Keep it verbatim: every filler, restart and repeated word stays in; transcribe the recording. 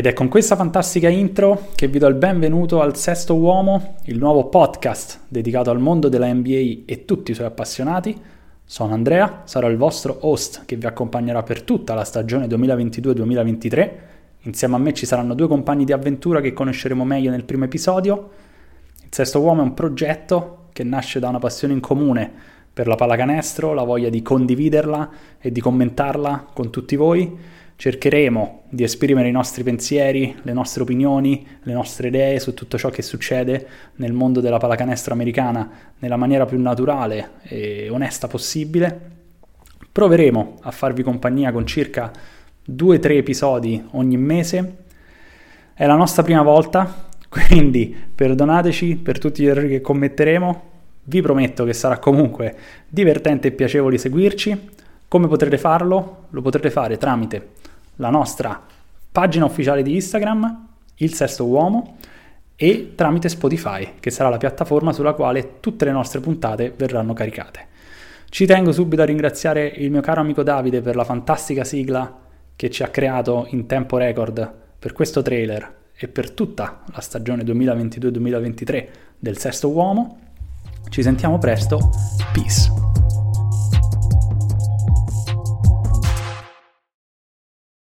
Ed è con questa fantastica intro che vi do il benvenuto al Sesto Uomo, il nuovo podcast dedicato al mondo della N B A e tutti i suoi appassionati. Sono Andrea, sarò il vostro host che vi accompagnerà per tutta la stagione duemilaventidue duemilaventitré. Insieme a me ci saranno due compagni di avventura che conosceremo meglio nel primo episodio. Il Sesto Uomo è un progetto che nasce da una passione in comune per la pallacanestro, la voglia di condividerla e di commentarla con tutti voi. Cercheremo di esprimere i nostri pensieri, le nostre opinioni, le nostre idee su tutto ciò che succede nel mondo della pallacanestro americana nella maniera più naturale e onesta possibile. Proveremo a farvi compagnia con circa due tre episodi ogni mese. È la nostra prima volta, quindi perdonateci per tutti gli errori che commetteremo. Vi prometto che sarà comunque divertente e piacevole seguirci. Come potrete farlo? Lo potrete fare tramite la nostra pagina ufficiale di Instagram, Il Sesto Uomo, e tramite Spotify, che sarà la piattaforma sulla quale tutte le nostre puntate verranno caricate. Ci tengo subito a ringraziare il mio caro amico Davide per la fantastica sigla che ci ha creato in tempo record per questo trailer e per tutta la stagione duemilaventidue duemilaventitré del Sesto Uomo. Ci sentiamo presto, peace!